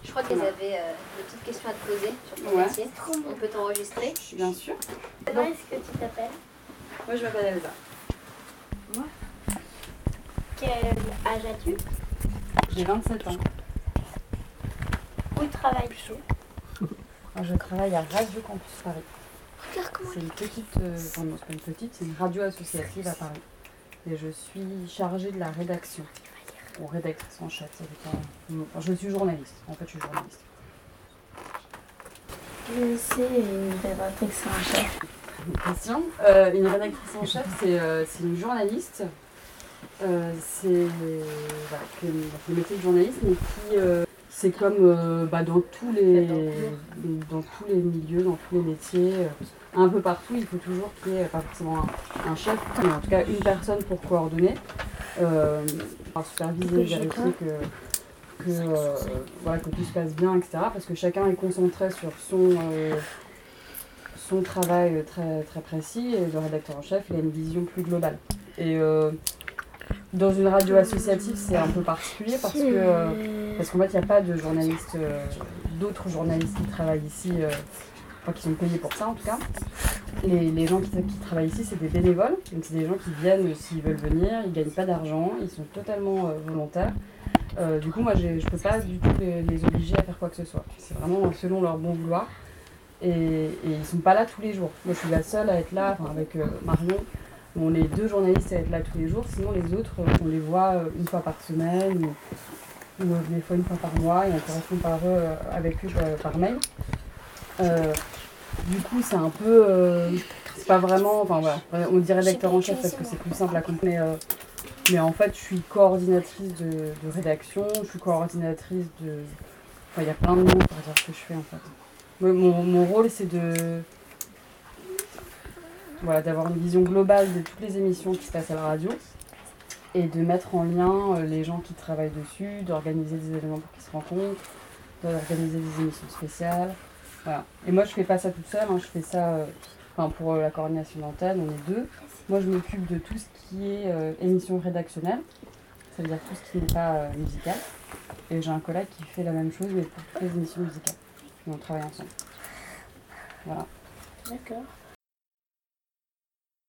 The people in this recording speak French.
Je crois qu'elles avaient des petites questions à te poser sur ton métier. On peut t'enregistrer. Bien sûr. Comment est-ce que tu t'appelles? Moi, je m'appelle Elsa. Moi. Quel âge as-tu? J'ai 27 ans. Où travailles-tu? Je travaille à Radio Campus Paris. Regarde comment C'est une petite, enfin non, c'est pas une petite, c'est une radio associative à Paris. Et je suis chargée de la rédaction. Ou rédactrice en chef, ça dépend. Enfin, je suis journaliste. En fait, je suis journaliste. que c'est une rédactrice en chef? Question. Une rédactrice en chef, c'est une journaliste. C'est le métier de journaliste, mais qui c'est comme dans tous les milieux, dans tous les métiers, un peu partout, il faut toujours qu'il y ait pas forcément un chef, mais en tout cas une personne pour coordonner, superviser, vérifier que tout se passe bien, etc. Parce que chacun est concentré sur son travail très, très précis, et le rédacteur en chef il a une vision plus globale. Et dans une radio associative, c'est un peu particulier parce qu'en fait, il n'y a pas de journalistes, d'autres journalistes qui travaillent ici, qui sont payés pour ça en tout cas. Les gens qui travaillent ici, c'est des bénévoles, donc c'est des gens qui viennent s'ils veulent venir, ils ne gagnent pas d'argent, ils sont totalement volontaires. Du coup, moi, je ne peux pas du tout les obliger à faire quoi que ce soit. C'est vraiment selon leur bon vouloir. Et ils ne sont pas là tous les jours. Moi, je suis la seule à être là, avec Marion. On est 2 journalistes à être là tous les jours, sinon les autres, on les voit une fois par semaine ou des fois une fois par mois, et on correspond avec eux par mail. Du coup, c'est un peu... c'est pas vraiment... Enfin voilà, on dit rédacteur en chef parce que c'est plus simple à comprendre. Mais en fait, je suis coordinatrice de rédaction, je suis coordinatrice de... Enfin, il y a plein de mots pour dire ce que je fais en fait. Mon rôle, c'est d'avoir une vision globale de toutes les émissions qui se passent à la radio et de mettre en lien les gens qui travaillent dessus, d'organiser des événements pour qu'ils se rencontrent, d'organiser des émissions spéciales. Voilà. Et moi, je fais pas ça toute seule, je fais ça pour la coordination d'antenne, on est 2. Moi, je m'occupe de tout ce qui est émission rédactionnelle, ça veut dire tout ce qui n'est pas musical. Et j'ai un collègue qui fait la même chose, mais pour toutes les émissions musicales. Et on travaille ensemble. Voilà. D'accord.